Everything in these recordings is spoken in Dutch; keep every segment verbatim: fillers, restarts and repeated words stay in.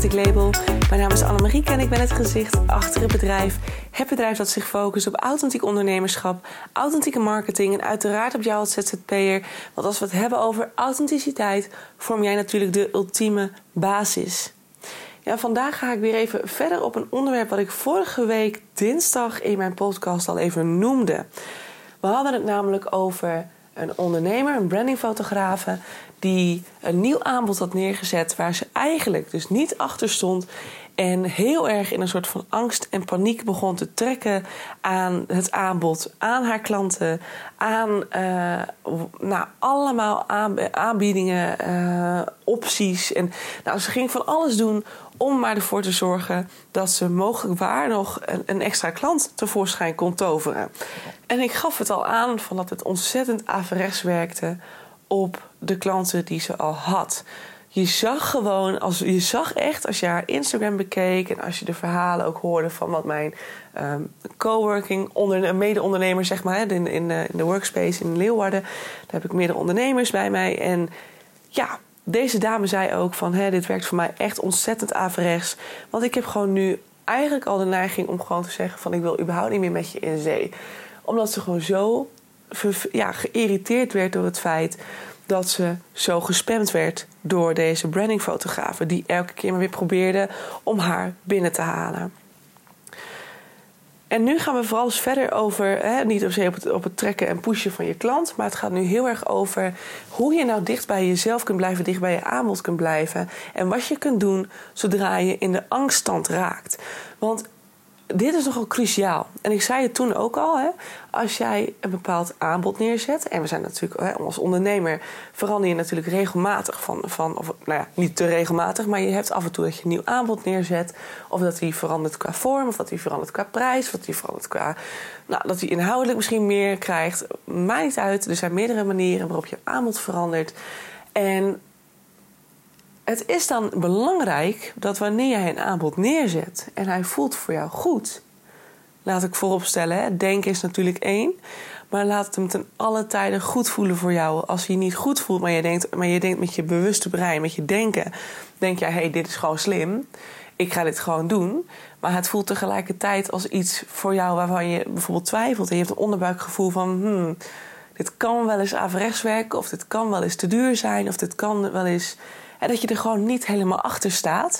Authentic Label. Mijn naam is Annemarieke en ik ben het gezicht achter het bedrijf. Het bedrijf dat zich focust op authentiek ondernemerschap, authentieke marketing en uiteraard op jou als Z Z P'er. Want als we het hebben over authenticiteit, vorm jij natuurlijk de ultieme basis. Ja, vandaag ga ik weer even verder op een onderwerp wat ik vorige week dinsdag in mijn podcast al even noemde. We hadden het namelijk over een ondernemer, een brandingfotografe, die een nieuw aanbod had neergezet waar ze eigenlijk dus niet achter stond en heel erg in een soort van angst en paniek begon te trekken aan het aanbod, aan haar klanten, aan uh, nou, allemaal aanbiedingen, uh, opties. En nou, ze ging van alles doen om maar ervoor te zorgen dat ze mogelijk waar nog een, een extra klant tevoorschijn kon toveren. En ik gaf het al aan van dat het ontzettend averechts werkte op de klanten die ze al had. Je zag gewoon, als, je zag echt als je haar Instagram bekeek en als je de verhalen ook hoorde van wat mijn um, coworking onder, mede-ondernemer, zeg maar, in, in, in de workspace in Leeuwarden, daar heb ik meerdere ondernemers bij mij. En ja, deze dame zei ook van, hè, dit werkt voor mij echt ontzettend averechts. Want ik heb gewoon nu eigenlijk al de neiging om gewoon te zeggen van, ik wil überhaupt niet meer met je in zee. Omdat ze gewoon zo ja, geïrriteerd werd door het feit dat ze zo gespamd werd door deze brandingfotografe, die elke keer maar weer probeerde om haar binnen te halen. En nu gaan we vooral eens verder over, hè, niet op het, op het trekken en pushen van je klant, maar het gaat nu heel erg over hoe je nou dicht bij jezelf kunt blijven, dicht bij je aanbod kunt blijven en wat je kunt doen zodra je in de angststand raakt. Want dit is nogal cruciaal. En ik zei het toen ook al. Hè, als jij een bepaald aanbod neerzet. En we zijn natuurlijk, hè, als ondernemer verander je natuurlijk regelmatig van, van. Of nou ja, niet te regelmatig. Maar je hebt af en toe dat je een nieuw aanbod neerzet. Of dat die verandert qua vorm. Of dat die verandert qua prijs. Of dat die verandert qua. Nou, dat die inhoudelijk misschien meer krijgt. Maakt niet uit. Er zijn meerdere manieren waarop je aanbod verandert. En het is dan belangrijk dat wanneer jij een aanbod neerzet en hij voelt voor jou goed, laat ik vooropstellen, hè, denken is natuurlijk één, maar laat het hem ten alle tijden goed voelen voor jou. Als hij niet goed voelt, maar je denkt, maar je denkt met je bewuste brein, met je denken, denk jij, hé, hey, dit is gewoon slim, ik ga dit gewoon doen. Maar het voelt tegelijkertijd als iets voor jou waarvan je bijvoorbeeld twijfelt en je hebt een onderbuikgevoel van, hmm, dit kan wel eens averechts werken, of dit kan wel eens te duur zijn, of dit kan wel eens. En dat je er gewoon niet helemaal achter staat.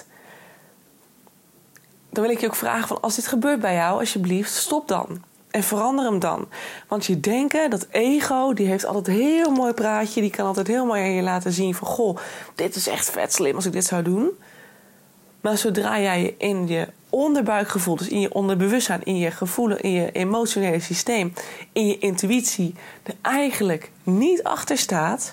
Dan wil ik je ook vragen van, als dit gebeurt bij jou, alsjeblieft, stop dan. En verander hem dan. Want je denken, dat ego, die heeft altijd een heel mooi praatje. Die kan altijd heel mooi aan je laten zien van, goh, dit is echt vet slim als ik dit zou doen. Maar zodra jij je in je onderbuikgevoel, dus in je onderbewustzijn, in je gevoelen, in je emotionele systeem, in je intuïtie, er eigenlijk niet achter staat,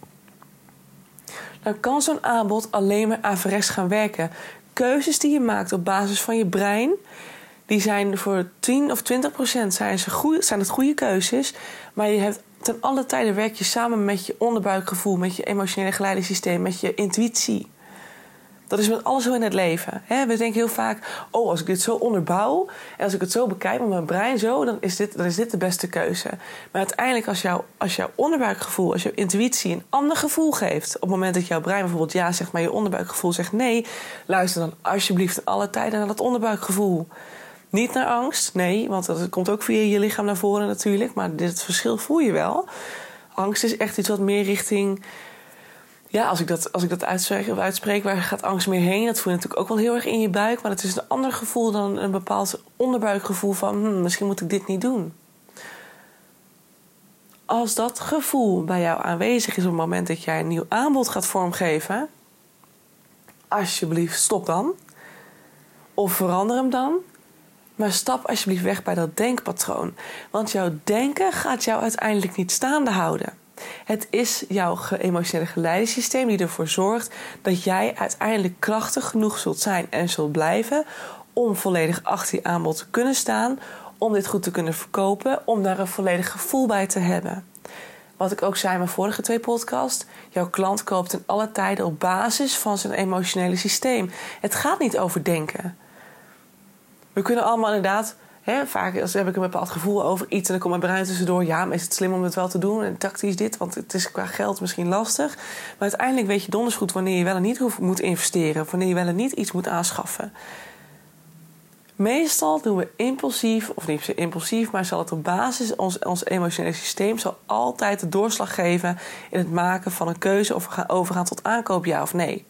dan kan zo'n aanbod alleen maar averechts gaan werken. Keuzes die je maakt op basis van je brein, die zijn voor tien of twintig procent zijn, ze goeie, zijn het goede keuzes. Maar je hebt ten alle tijde werk je samen met je onderbuikgevoel, met je emotionele geleidingssysteem, met je intuïtie. Dat is met alles zo in het leven. We denken heel vaak, oh, als ik dit zo onderbouw en als ik het zo bekijk met mijn brein zo, dan is dit, dan is dit de beste keuze. Maar uiteindelijk als, jou, als jouw onderbuikgevoel, als jouw intuïtie een ander gevoel geeft, op het moment dat jouw brein bijvoorbeeld ja zegt, maar je onderbuikgevoel zegt nee, luister dan alsjeblieft alle tijden naar dat onderbuikgevoel. Niet naar angst, nee, want dat komt ook via je lichaam naar voren natuurlijk, maar dit verschil voel je wel. Angst is echt iets wat meer richting, ja, als ik dat, als ik dat uitspreek, uitspreek, waar gaat angst meer heen? Dat voel je natuurlijk ook wel heel erg in je buik. Maar het is een ander gevoel dan een bepaald onderbuikgevoel van, hmm, misschien moet ik dit niet doen. Als dat gevoel bij jou aanwezig is op het moment dat jij een nieuw aanbod gaat vormgeven, alsjeblieft stop dan. Of verander hem dan. Maar stap alsjeblieft weg bij dat denkpatroon. Want jouw denken gaat jou uiteindelijk niet staande houden. Het is jouw emotionele geleidingssysteem die ervoor zorgt dat jij uiteindelijk krachtig genoeg zult zijn en zult blijven om volledig achter je aanbod te kunnen staan, om dit goed te kunnen verkopen, om daar een volledig gevoel bij te hebben. Wat ik ook zei in mijn vorige twee podcasts, jouw klant koopt in alle tijden op basis van zijn emotionele systeem. Het gaat niet over denken. We kunnen allemaal inderdaad Hè, vaak als heb ik een bepaald gevoel over iets en dan komt mijn brein tussendoor. Ja, maar is het slim om het wel te doen? En tactisch dit, want het is qua geld misschien lastig. Maar uiteindelijk weet je donders goed wanneer je wel en niet hoeft, moet investeren. Of wanneer je wel en niet iets moet aanschaffen. Meestal doen we impulsief, of niet impulsief, maar zal het op basis, ons, ons emotionele systeem zal altijd de doorslag geven in het maken van een keuze of we gaan overgaan tot aankoop, ja of nee.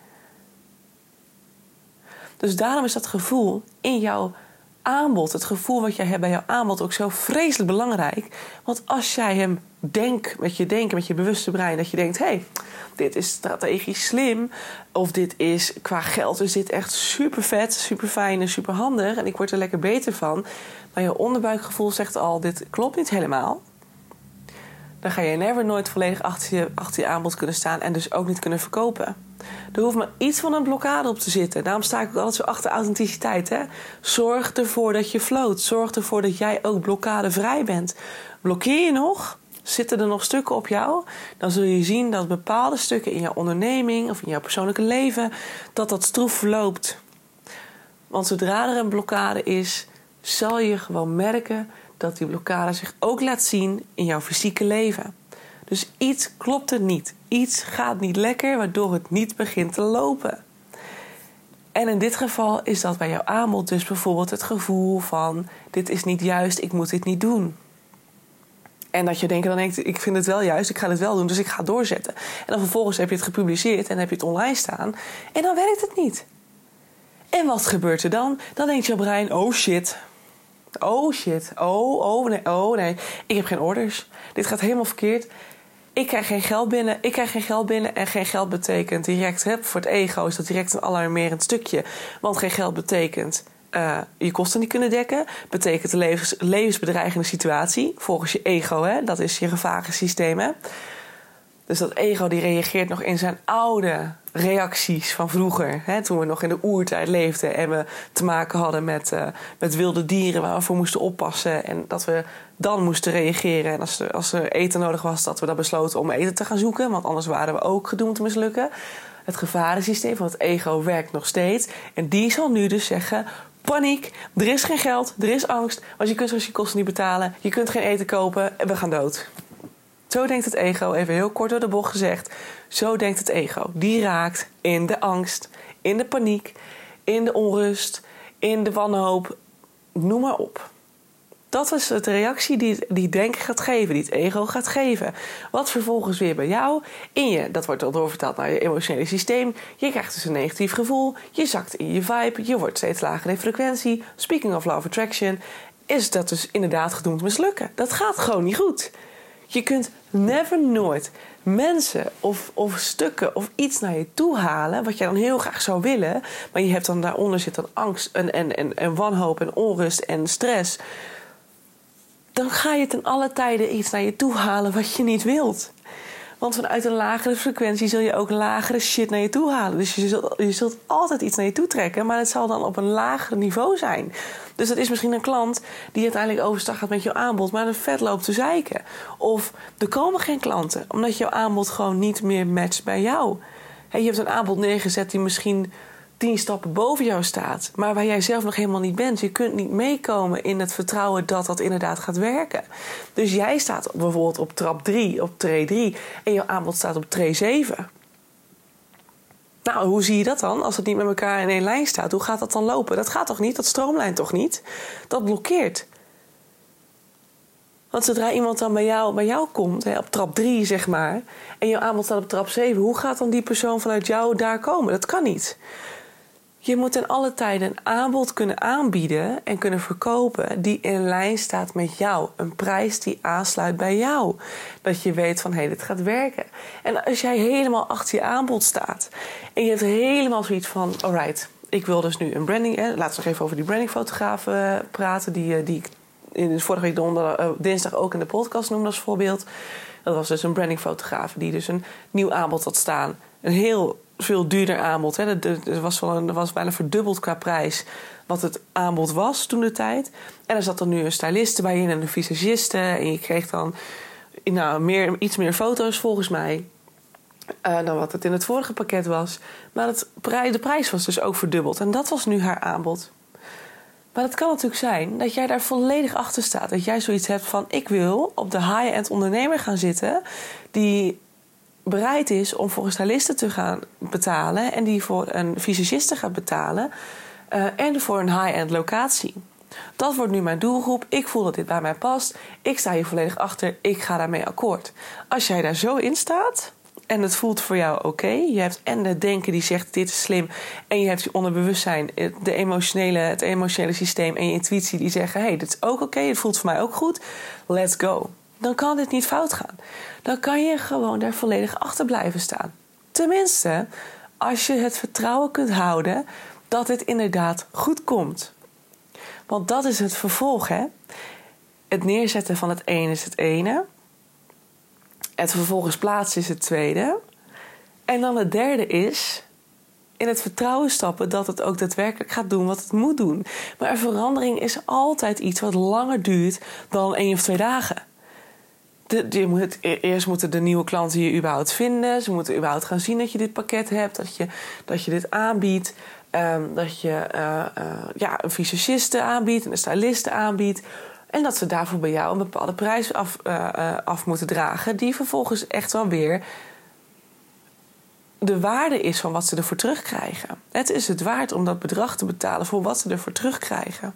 Dus daarom is dat gevoel in jouw aanbod, het gevoel wat jij hebt bij jouw aanbod ook zo vreselijk belangrijk. Want als jij hem denkt, met je denken, met je bewuste brein, dat je denkt, hé, hey, dit is strategisch slim, of dit is qua geld, is dit echt super vet, super fijn en super handig en ik word er lekker beter van. Maar je onderbuikgevoel zegt al, dit klopt niet helemaal. Dan ga je never nooit volledig achter je, achter je aanbod kunnen staan en dus ook niet kunnen verkopen. Er hoeft maar iets van een blokkade op te zitten. Daarom sta ik ook altijd zo achter authenticiteit. Hè? Zorg ervoor dat je float. Zorg ervoor dat jij ook blokkadevrij bent. Blokkeer je nog? Zitten er nog stukken op jou? Dan zul je zien dat bepaalde stukken in jouw onderneming of in jouw persoonlijke leven, dat dat stroef verloopt. Want zodra er een blokkade is, zal je gewoon merken dat die blokkade zich ook laat zien in jouw fysieke leven. Dus iets klopt er niet. Iets gaat niet lekker, waardoor het niet begint te lopen. En in dit geval is dat bij jouw aanbod dus bijvoorbeeld het gevoel van, dit is niet juist, ik moet dit niet doen. En dat je denkt, dan denkt, ik vind het wel juist, ik ga het wel doen, dus ik ga het doorzetten. En dan vervolgens heb je het gepubliceerd en heb je het online staan. En dan werkt het niet. En wat gebeurt er dan? Dan denkt je brein, oh shit. Oh shit. Oh, oh nee, oh nee. Ik heb geen orders. Dit gaat helemaal verkeerd. Ik krijg geen geld binnen. Ik krijg geen geld binnen. En geen geld betekent direct, hè, voor het ego is dat direct een alarmerend stukje. Want geen geld betekent uh, je kosten niet kunnen dekken. Betekent een levens, levensbedreigende situatie. Volgens je ego, hè. Dat is je gevarensysteem, hè. Dus dat ego die reageert nog in zijn oude reacties van vroeger. Hè, toen we nog in de oertijd leefden en we te maken hadden met, uh, met wilde dieren waar we voor moesten oppassen. En dat we dan moesten reageren. En als er, als er eten nodig was, dat we dan besloten om eten te gaan zoeken. Want anders waren we ook gedoemd te mislukken. Het gevarensysteem van het ego werkt nog steeds. En die zal nu dus zeggen, paniek, er is geen geld, er is angst. Want je kunt dus je kosten niet betalen, je kunt geen eten kopen en we gaan dood. Zo denkt het ego, even heel kort door de bocht gezegd. Zo denkt het ego. Die raakt in de angst, in de paniek, in de onrust, in de wanhoop. Noem maar op. Dat is de reactie die, die denken gaat geven, die het ego gaat geven. Wat vervolgens weer bij jou in je, dat wordt al doorvertaald naar je emotionele systeem. Je krijgt dus een negatief gevoel, je zakt in je vibe, je wordt steeds lager in frequentie. Speaking of law of attraction, is dat dus inderdaad gedoemd te mislukken. Dat gaat gewoon niet goed. Je kunt never nooit mensen of, of stukken of iets naar je toe halen wat jij dan heel graag zou willen, maar je hebt dan daaronder zit dan angst en, en, en, en wanhoop en onrust en stress. Dan ga je ten alle tijden iets naar je toe halen wat je niet wilt. Want vanuit een lagere frequentie zul je ook lagere shit naar je toe halen. Dus je zult, je zult altijd iets naar je toe trekken, maar het zal dan op een lager niveau zijn. Dus dat is misschien een klant die uiteindelijk overstag gaat met jouw aanbod, maar een vet loopt te zeiken. Of er komen geen klanten, omdat jouw aanbod gewoon niet meer matcht bij jou. He, je hebt een aanbod neergezet die misschien tien stappen boven jou staat, maar waar jij zelf nog helemaal niet bent. Je kunt niet meekomen in het vertrouwen dat dat inderdaad gaat werken. Dus jij staat bijvoorbeeld op trap drie, op tree drie, en jouw aanbod staat op tree zeven. Nou, hoe zie je dat dan als het niet met elkaar in één lijn staat? Hoe gaat dat dan lopen? Dat gaat toch niet? Dat stroomlijnt toch niet? Dat blokkeert. Want zodra iemand dan bij jou, bij jou komt, hè, op trap drie zeg maar, en jouw aanbod staat op trap zeven, hoe gaat dan die persoon vanuit jou daar komen? Dat kan niet. Je moet ten alle tijden een aanbod kunnen aanbieden en kunnen verkopen die in lijn staat met jou. Een prijs die aansluit bij jou. Dat je weet van, hé, hey, dit gaat werken. En als jij helemaal achter je aanbod staat en je hebt helemaal zoiets van, alright, ik wil dus nu een branding, hè, laten we nog even over die brandingfotograaf uh, praten, die, die ik in vorige week donder, uh, dinsdag ook in de podcast noemde als voorbeeld. Dat was dus een brandingfotograaf die dus een nieuw aanbod had staan. Een heel veel duurder aanbod. Hè. Er was, wel een, er was bijna verdubbeld qua prijs wat het aanbod was toen de tijd. En er zat dan nu een styliste bij in en een visagiste. En je kreeg dan nou, meer, iets meer foto's volgens mij uh, dan wat het in het vorige pakket was. Maar het, de prijs was dus ook verdubbeld. En dat was nu haar aanbod. Maar het kan natuurlijk zijn dat jij daar volledig achter staat. Dat jij zoiets hebt van, ik wil op de high-end ondernemer gaan zitten die bereid is om voor een styliste te gaan betalen en die voor een visagiste gaat betalen uh, en voor een high-end locatie. Dat wordt nu mijn doelgroep. Ik voel dat dit bij mij past. Ik sta hier volledig achter. Ik ga daarmee akkoord. Als jij daar zo in staat en het voelt voor jou oké. Okay, je hebt en het denken die zegt dit is slim. En je hebt je onderbewustzijn, de emotionele, het emotionele systeem en je intuïtie die zeggen, hey, dit is ook oké. Okay, het voelt voor mij ook goed. Let's go. Dan kan dit niet fout gaan. Dan kan je gewoon daar volledig achter blijven staan. Tenminste, als je het vertrouwen kunt houden dat het inderdaad goed komt. Want dat is het vervolg, hè. Het neerzetten van het een is het ene. Het vervolgens plaatsen is het tweede. En dan het derde is in het vertrouwen stappen dat het ook daadwerkelijk gaat doen wat het moet doen. Maar een verandering is altijd iets wat langer duurt dan één of twee dagen. De, je moet, eerst moeten de nieuwe klanten je überhaupt vinden. Ze moeten überhaupt gaan zien dat je dit pakket hebt. Dat je, dat je dit aanbiedt. Um, dat je uh, uh, ja, een visagiste aanbiedt. En een styliste aanbiedt. En dat ze daarvoor bij jou een bepaalde prijs af, uh, uh, af moeten dragen. Die vervolgens echt wel weer de waarde is van wat ze ervoor terugkrijgen. Het is het waard om dat bedrag te betalen voor wat ze ervoor terugkrijgen.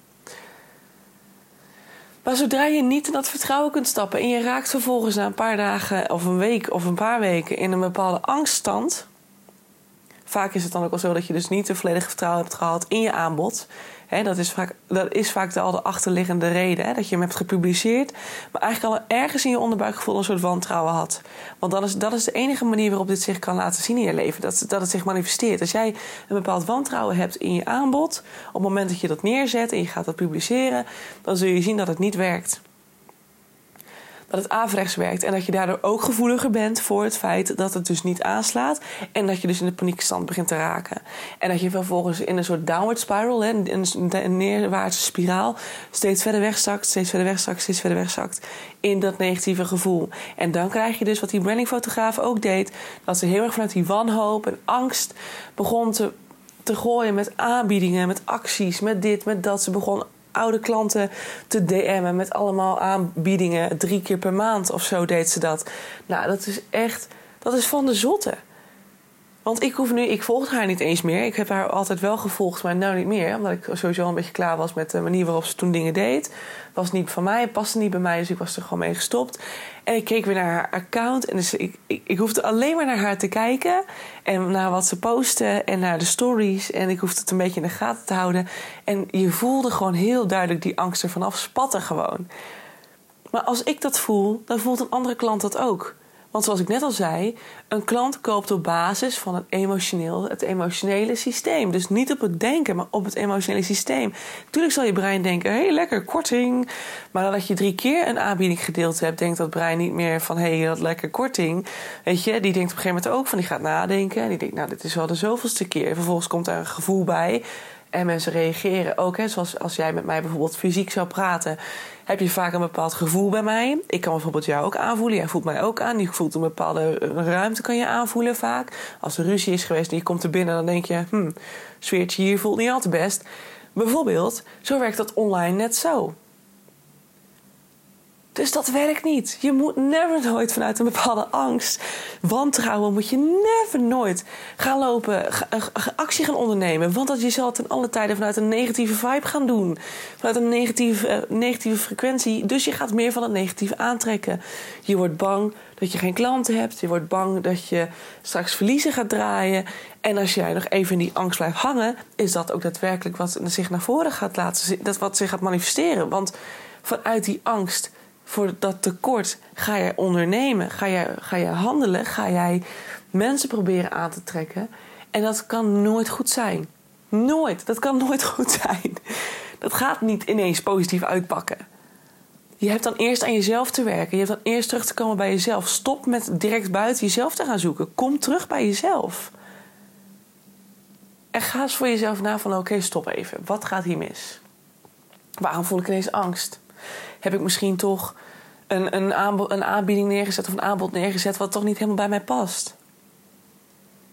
Maar zodra je niet in dat vertrouwen kunt stappen en je raakt vervolgens na een paar dagen of een week of een paar weken in een bepaalde angststand. Vaak is het dan ook wel zo dat je dus niet een volledige vertrouwen hebt gehad in je aanbod. He, dat is vaak, dat is vaak de, al de achterliggende reden. He, dat je hem hebt gepubliceerd. Maar eigenlijk al ergens in je onderbuikgevoel een soort wantrouwen had. Want dat is, dat is de enige manier waarop dit zich kan laten zien in je leven. Dat, dat het zich manifesteert. Als jij een bepaald wantrouwen hebt in je aanbod. Op het moment dat je dat neerzet en je gaat dat publiceren. Dan zul je zien dat het niet werkt. Dat het averechts werkt. En dat je daardoor ook gevoeliger bent voor het feit dat het dus niet aanslaat. En dat je dus in de paniekstand begint te raken. En dat je vervolgens in een soort downward spiral, hè, een neerwaartse spiraal, steeds verder wegzakt, steeds verder wegzakt, steeds verder wegzakt. In dat negatieve gevoel. En dan krijg je dus wat die brandingfotograaf ook deed. Dat ze heel erg vanuit die wanhoop en angst begon te, te gooien met aanbiedingen, met acties, met dit, met dat. Ze begon oude klanten te D M'en met allemaal aanbiedingen. Drie keer per maand of zo deed ze dat. Nou, dat is echt, dat is van de zotte. Want ik hoef nu, ik volg haar niet eens meer. Ik heb haar altijd wel gevolgd, maar nou niet meer. Omdat ik sowieso een beetje klaar was met de manier waarop ze toen dingen deed. Was niet van mij, paste niet bij mij, dus ik was er gewoon mee gestopt. En ik keek weer naar haar account. En dus ik, ik, ik hoefde alleen maar naar haar te kijken. En naar wat ze postte en naar de stories. En ik hoefde het een beetje in de gaten te houden. En je voelde gewoon heel duidelijk die angst ervan afspatten gewoon. Maar als ik dat voel, dan voelt een andere klant dat ook. Want zoals ik net al zei, een klant koopt op basis van het, emotioneel, het emotionele systeem. Dus niet op het denken, maar op het emotionele systeem. Tuurlijk zal je brein denken, hé, hey, lekker, korting. Maar nadat je drie keer een aanbieding gedeeld hebt, denkt dat brein niet meer van, hé, hey, dat lekker korting. Weet je, die denkt op een gegeven moment ook van, die gaat nadenken. En die denkt, nou, dit is wel de zoveelste keer. Vervolgens komt daar een gevoel bij. En mensen reageren ook. Hè, zoals als jij met mij bijvoorbeeld fysiek zou praten, heb je vaak een bepaald gevoel bij mij. Ik kan bijvoorbeeld jou ook aanvoelen. Jij voelt mij ook aan. Je voelt een bepaalde ruimte kan je aanvoelen vaak. Als er ruzie is geweest en je komt er binnen, dan denk je, hm, sfeertje hier voelt niet al te best. Bijvoorbeeld, zo werkt dat online net zo. Dus dat werkt niet. Je moet never nooit vanuit een bepaalde angst, wantrouwen, moet je never nooit gaan lopen, actie gaan ondernemen. Want dat je zal ten alle tijden vanuit een negatieve vibe gaan doen. Vanuit een negatieve, uh, negatieve frequentie. Dus je gaat meer van het negatieve aantrekken. Je wordt bang dat je geen klanten hebt. Je wordt bang dat je straks verliezen gaat draaien. En als jij nog even in die angst blijft hangen, is dat ook daadwerkelijk wat zich naar voren gaat laten zien. Dat wat zich gaat manifesteren. Want vanuit die angst voor dat tekort ga je ondernemen, ga je, ga je handelen, ga jij mensen proberen aan te trekken. En dat kan nooit goed zijn. Nooit. Dat kan nooit goed zijn. Dat gaat niet ineens positief uitpakken. Je hebt dan eerst aan jezelf te werken. Je hebt dan eerst terug te komen bij jezelf. Stop met direct buiten jezelf te gaan zoeken. Kom terug bij jezelf. En ga eens voor jezelf na van, oké, okay, stop even. Wat gaat hier mis? Waarom voel ik ineens angst? Heb ik misschien toch een, een, aanbod, een aanbieding neergezet of een aanbod neergezet wat toch niet helemaal bij mij past?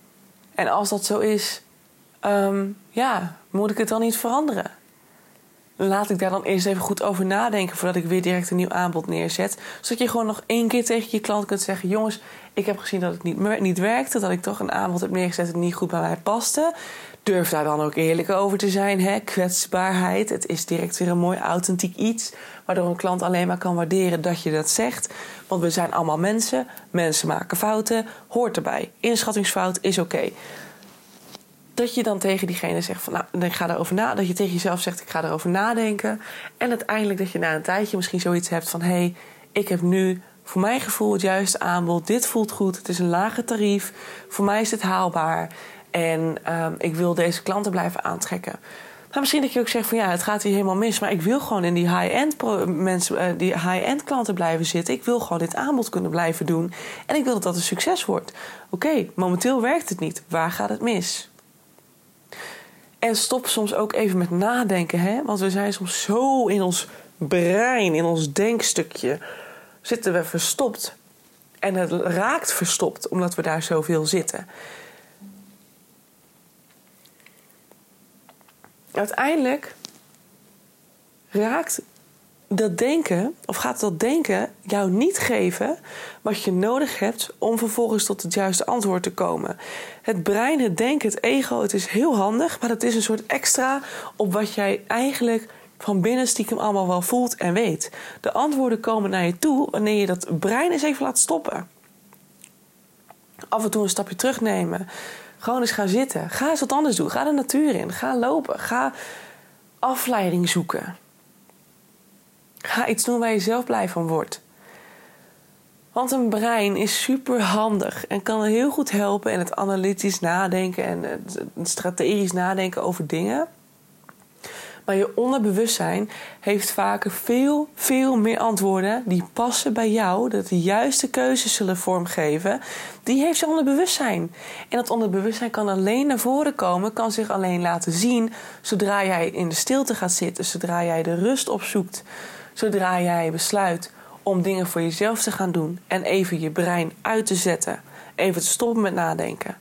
En als dat zo is, um, ja, moet ik het dan niet veranderen? laat ik daar dan eerst even goed over nadenken voordat ik weer direct een nieuw aanbod neerzet. Zodat je gewoon nog één keer tegen je klant kunt zeggen: jongens, ik heb gezien dat het niet, niet werkte, dat ik toch een aanbod heb neergezet dat niet goed bij mij paste. Durf daar dan ook eerlijk over te zijn. Hè? Kwetsbaarheid. Het is direct weer een mooi authentiek iets, waardoor een klant alleen maar kan waarderen dat je dat zegt. Want we zijn allemaal mensen. Mensen maken fouten. Hoort erbij. Inschattingsfout is oké. Okay. Dat je dan tegen diegene zegt van, nou, ik ga daarover na. Dat je tegen jezelf zegt, ik ga erover nadenken. En uiteindelijk dat je na een tijdje misschien zoiets hebt van, hé, hey, ik heb nu voor mijn gevoel het juiste aanbod. Dit voelt goed. Het is een lage tarief. Voor mij is dit haalbaar. En um, ik wil deze klanten blijven aantrekken. Maar misschien dat je ook zegt van, ja, het gaat hier helemaal mis. Maar ik wil gewoon in die high-end pro- mensen, uh, die high-end klanten blijven zitten. Ik wil gewoon dit aanbod kunnen blijven doen. En ik wil dat dat een succes wordt. Oké, okay, momenteel werkt het niet. Waar gaat het mis? En stop soms ook even met nadenken. Hè? Want we zijn soms zo in ons brein, in ons denkstukje, zitten we verstopt. En het raakt verstopt, omdat we daar zoveel zitten. Uiteindelijk raakt dat denken, of gaat dat denken jou niet geven wat je nodig hebt om vervolgens tot het juiste antwoord te komen. Het brein, het denken, het ego, het is heel handig, maar het is een soort extra op wat jij eigenlijk van binnen stiekem allemaal wel voelt en weet. De antwoorden komen naar je toe wanneer je dat brein eens even laat stoppen. Af en toe een stapje terugnemen. Gewoon eens gaan zitten. Ga eens wat anders doen. Ga de natuur in. Ga lopen. Ga afleiding zoeken. Ga iets doen waar je zelf blij van wordt. Want een brein is super handig en kan heel goed helpen in het analytisch nadenken en het strategisch nadenken over dingen. Maar je onderbewustzijn heeft vaker veel, veel meer antwoorden die passen bij jou, dat de juiste keuzes zullen vormgeven. Die heeft je onderbewustzijn. En dat onderbewustzijn kan alleen naar voren komen, kan zich alleen laten zien zodra jij in de stilte gaat zitten, zodra jij de rust opzoekt, zodra jij besluit om dingen voor jezelf te gaan doen en even je brein uit te zetten, even te stoppen met nadenken.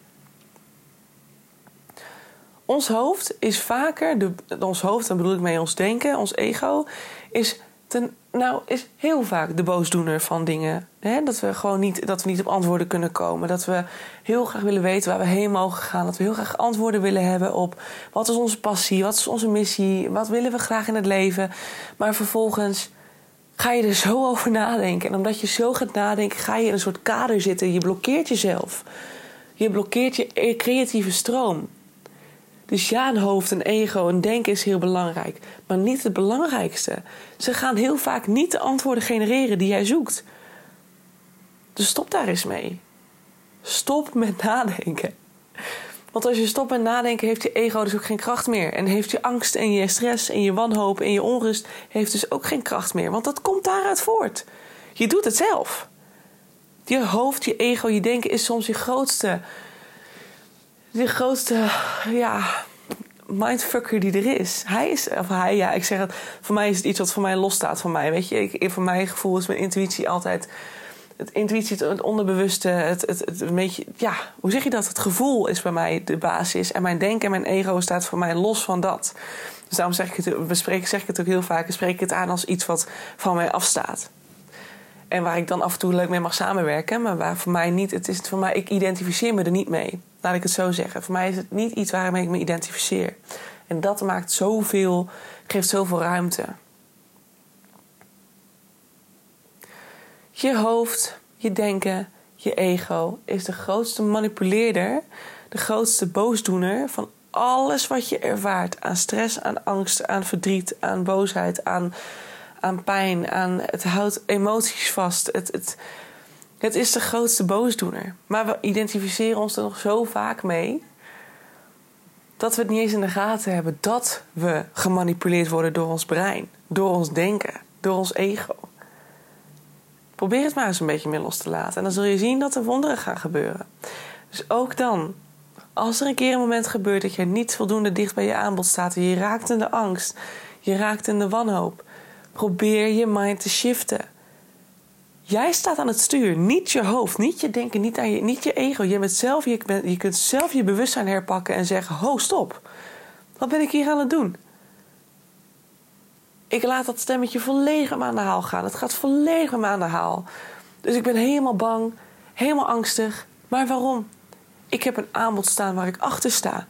Ons hoofd is vaker, de, ons hoofd, dan bedoel ik mee ons denken, ons ego, is, ten, nou, is heel vaak de boosdoener van dingen. Hè? Dat we gewoon niet, dat we niet op antwoorden kunnen komen. Dat we heel graag willen weten waar we heen mogen gaan. Dat we heel graag antwoorden willen hebben op wat is onze passie, wat is onze missie, wat willen we graag in het leven. Maar vervolgens ga je er zo over nadenken. En omdat je zo gaat nadenken, ga je in een soort kader zitten. Je blokkeert jezelf. Je blokkeert je creatieve stroom. Dus ja, een hoofd, een ego, een denken is heel belangrijk. Maar niet het belangrijkste. Ze gaan heel vaak niet de antwoorden genereren die jij zoekt. Dus stop daar eens mee. Stop met nadenken. Want als je stopt met nadenken, heeft je ego dus ook geen kracht meer. En heeft je angst en je stress en je wanhoop en je onrust heeft dus ook geen kracht meer. Want dat komt daaruit voort. Je doet het zelf. Je hoofd, je ego, je denken is soms je grootste... De grootste, ja, mindfucker die er is. Hij is, of hij, ja, ik zeg het, voor mij is het iets wat voor mij losstaat van mij. Weet je, ik, voor mijn gevoel is mijn intuïtie altijd, het intuïtie, het onderbewuste, het, het, het een beetje, ja, hoe zeg je dat? Het gevoel is bij mij de basis. En mijn denken en mijn ego staat voor mij los van dat. Dus daarom zeg ik het, bespreek, zeg ik het ook heel vaak, ik spreek het aan als iets wat van mij afstaat. En waar ik dan af en toe leuk mee mag samenwerken, maar waar voor mij niet, het is voor mij, ik identificeer me er niet mee. Laat ik het zo zeggen. Voor mij is het niet iets waarmee ik me identificeer. En dat maakt zoveel, geeft zoveel ruimte. Je hoofd, je denken, je ego is de grootste manipuleerder, de grootste boosdoener van alles wat je ervaart. Aan stress, aan angst, aan verdriet, aan boosheid, aan, aan pijn, aan het houdt emoties vast. Het, het, Het is de grootste boosdoener. Maar we identificeren ons er nog zo vaak mee dat we het niet eens in de gaten hebben dat we gemanipuleerd worden door ons brein, door ons denken, door ons ego. Probeer het maar eens een beetje meer los te laten. En dan zul je zien dat er wonderen gaan gebeuren. Dus ook dan, als er een keer een moment gebeurt dat je niet voldoende dicht bij je aanbod staat en je raakt in de angst, je raakt in de wanhoop, probeer je mind te shiften. Jij staat aan het stuur, niet je hoofd, niet je denken, niet, aan je, niet je ego. Je, bent zelf, je, bent, je kunt zelf je bewustzijn herpakken en zeggen, ho, stop. Wat ben ik hier aan het doen? Ik laat dat stemmetje volledig met me aan de haal gaan. Het gaat volledig met me aan de haal. Dus ik ben helemaal bang, helemaal angstig. Maar waarom? Ik heb een aanbod staan waar ik achter sta.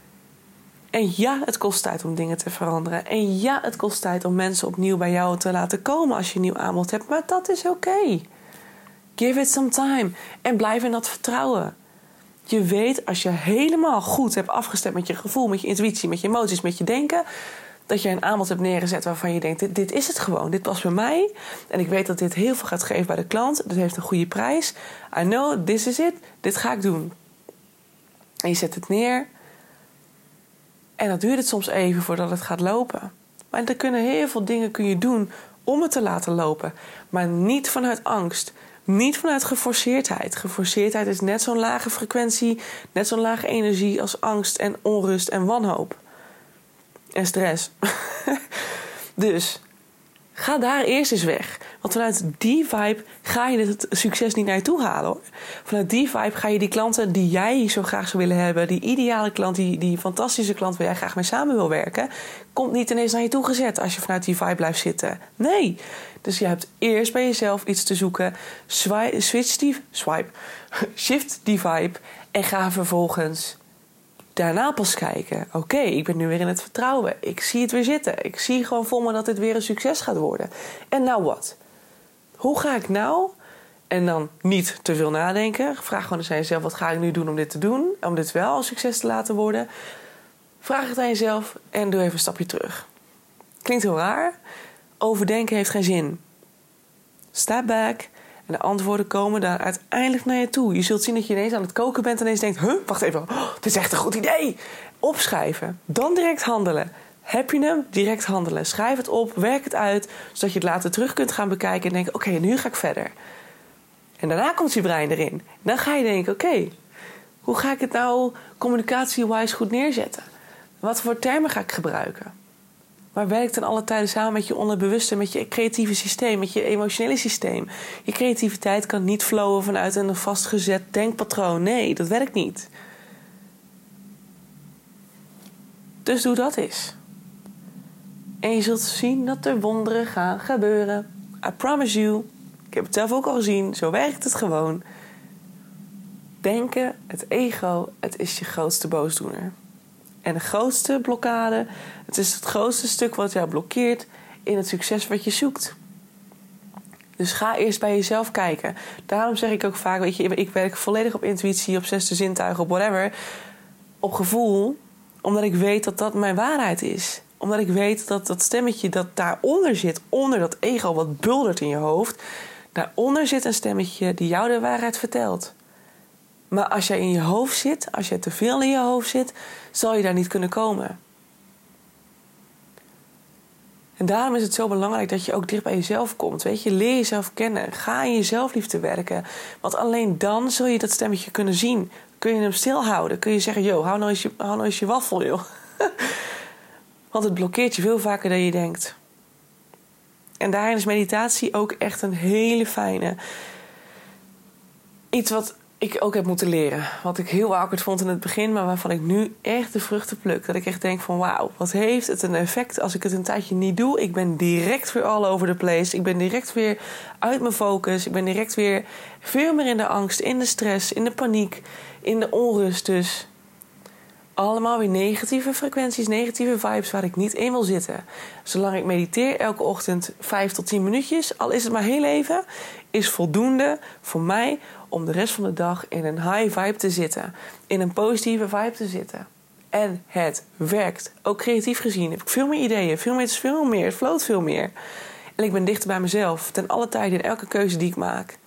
En ja, het kost tijd om dingen te veranderen. En ja, het kost tijd om mensen opnieuw bij jou te laten komen als je een nieuw aanbod hebt. Maar dat is oké. Okay. Give it some time. En blijf in dat vertrouwen. Je weet, als je helemaal goed hebt afgestemd met je gevoel, met je intuïtie, met je emoties, met je denken, dat je een aanbod hebt neergezet waarvan je denkt, dit, dit is het gewoon. Dit past bij mij. En ik weet dat dit heel veel gaat geven bij de klant. Dit heeft een goede prijs. I know, this is it. Dit ga ik doen. En je zet het neer. En dan duurt het soms even voordat het gaat lopen. Maar er kunnen heel veel dingen kun je doen om het te laten lopen. Maar niet vanuit angst. Niet vanuit geforceerdheid. Geforceerdheid is net zo'n lage frequentie, net zo'n lage energie als angst en onrust en wanhoop. En stress. Dus ga daar eerst eens weg. Want vanuit die vibe ga je het succes niet naar je toe halen, hoor. Vanuit die vibe ga je die klanten die jij zo graag zou willen hebben, die ideale klant, die, die fantastische klant waar jij graag mee samen wil werken, komt niet ineens naar je toe gezet als je vanuit die vibe blijft zitten. Nee. Dus je hebt eerst bij jezelf iets te zoeken. Swipe, switch die, swipe, shift die vibe en ga vervolgens daarna pas kijken. Oké, okay, ik ben nu weer in het vertrouwen. Ik zie het weer zitten. Ik zie gewoon voor me dat dit weer een succes gaat worden. En nou wat? Hoe ga ik nou? En dan niet te veel nadenken. Vraag gewoon eens aan jezelf, wat ga ik nu doen om dit te doen? Om dit wel een succes te laten worden. Vraag het aan jezelf en doe even een stapje terug. Klinkt heel raar. Overdenken heeft geen zin. Step back. En de antwoorden komen daar uiteindelijk naar je toe. Je zult zien dat je ineens aan het koken bent en ineens denkt, huh, wacht even, oh, dit is echt een goed idee. Opschrijven. Dan direct handelen. Heb je hem? Direct handelen. Schrijf het op, werk het uit, zodat je het later terug kunt gaan bekijken en denken, oké, okay, nu ga ik verder. En daarna komt je brein erin. Dan ga je denken, oké, okay, hoe ga ik het nou communicatie-wise goed neerzetten? Wat voor termen ga ik gebruiken? Maar werk dan alle tijden samen met je onderbewuste, met je creatieve systeem, met je emotionele systeem. Je creativiteit kan niet flowen vanuit een vastgezet denkpatroon. Nee, dat werkt niet. Dus doe dat eens. En je zult zien dat er wonderen gaan gebeuren. I promise you. Ik heb het zelf ook al gezien. Zo werkt het gewoon. Denken, het ego, het is je grootste boosdoener. En de grootste blokkade, het is het grootste stuk wat jou blokkeert in het succes wat je zoekt. Dus ga eerst bij jezelf kijken. Daarom zeg ik ook vaak, weet je, ik werk volledig op intuïtie, op zesde zintuigen, op whatever. Op gevoel, omdat ik weet dat dat mijn waarheid is. Omdat ik weet dat dat stemmetje dat daaronder zit, onder dat ego wat buldert in je hoofd, daaronder zit een stemmetje die jou de waarheid vertelt. Maar als jij in je hoofd zit, als jij te veel in je hoofd zit, zal je daar niet kunnen komen. En daarom is het zo belangrijk dat je ook dicht bij jezelf komt. Weet je, leer jezelf kennen. Ga in je zelfliefde werken. Want alleen dan zul je dat stemmetje kunnen zien. Kun je hem stilhouden. Kun je zeggen, yo, hou nou eens je, hou nou eens je waffel, joh. Want het blokkeert je veel vaker dan je denkt. En daarin is meditatie ook echt een hele fijne. Iets wat ik ook heb moeten leren. Wat ik heel awkward vond in het begin, maar waarvan ik nu echt de vruchten pluk. Dat ik echt denk van wauw, wat heeft het een effect als ik het een tijdje niet doe. Ik ben direct weer all over the place. Ik ben direct weer uit mijn focus. Ik ben direct weer veel meer in de angst, in de stress, in de paniek, in de onrust. Dus allemaal weer negatieve frequenties, negatieve vibes waar ik niet in wil zitten. Zolang ik mediteer elke ochtend vijf tot tien minuutjes, al is het maar heel even, is voldoende voor mij om de rest van de dag in een high vibe te zitten. In een positieve vibe te zitten. En het werkt. Ook creatief gezien heb ik veel meer ideeën. Veel meer, veel meer. Het floot veel meer. En ik ben dichter bij mezelf. Ten alle tijde in elke keuze die ik maak.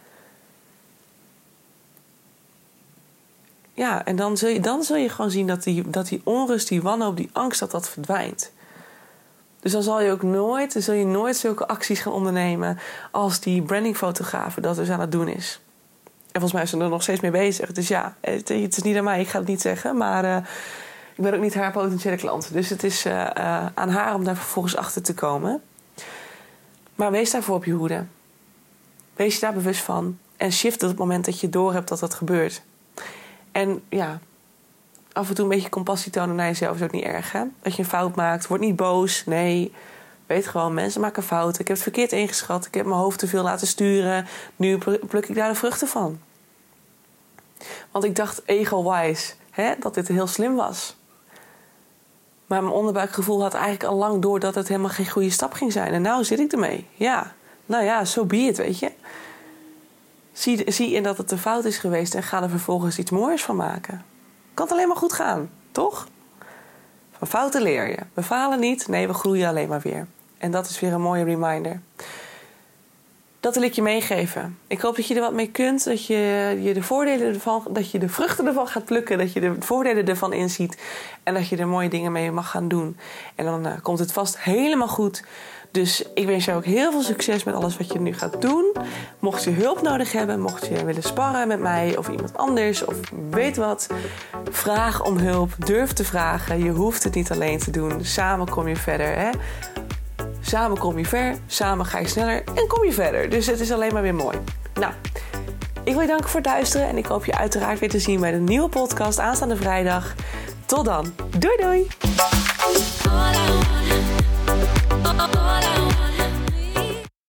Ja, en dan zul je, dan zul je gewoon zien dat die, dat die onrust, die wanhoop, die angst, dat dat verdwijnt. Dus dan zal je ook nooit, dan zul je nooit zulke acties gaan ondernemen als die brandingfotograaf dat dus aan het doen is. En volgens mij is ze er nog steeds mee bezig. Dus ja, het, het is niet aan mij, ik ga het niet zeggen. Maar uh, ik ben ook niet haar potentiële klant. Dus het is uh, uh, aan haar om daar vervolgens achter te komen. Maar wees daarvoor op je hoede. Wees je daar bewust van. En shift op het moment dat je doorhebt dat dat gebeurt. En ja, af en toe een beetje compassie tonen naar jezelf is ook niet erg. Hè? Dat je een fout maakt, word niet boos. Nee, Weet gewoon, mensen maken fouten. Ik heb het verkeerd ingeschat. Ik heb mijn hoofd te veel laten sturen. Nu pluk ik daar de vruchten van. Want ik dacht ego-wise hè, dat dit heel slim was. Maar mijn onderbuikgevoel had eigenlijk al lang door dat het helemaal geen goede stap ging zijn. En nou zit ik ermee. Ja, nou ja, so be it, weet je. Zie, zie in dat het een fout is geweest en ga er vervolgens iets moois van maken. Kan het alleen maar goed gaan, toch? Van fouten leer je. We falen niet, nee, we groeien alleen maar weer. En dat is weer een mooie reminder. Dat wil ik je meegeven. Ik hoop dat je er wat mee kunt. Dat je, je de voordelen ervan, dat je de vruchten ervan gaat plukken. Dat je de voordelen ervan inziet. En dat je er mooie dingen mee mag gaan doen. En dan uh, komt het vast helemaal goed. Dus ik wens je ook heel veel succes met alles wat je nu gaat doen. Mocht je hulp nodig hebben, mocht je willen sparren met mij of iemand anders of weet wat, vraag om hulp, durf te vragen. Je hoeft het niet alleen te doen. Samen kom je verder, hè? Samen kom je ver, samen ga je sneller en kom je verder. Dus het is alleen maar weer mooi. Nou, ik wil je danken voor het luisteren en ik hoop je uiteraard weer te zien bij de nieuwe podcast aanstaande vrijdag. Tot dan. Doei doei!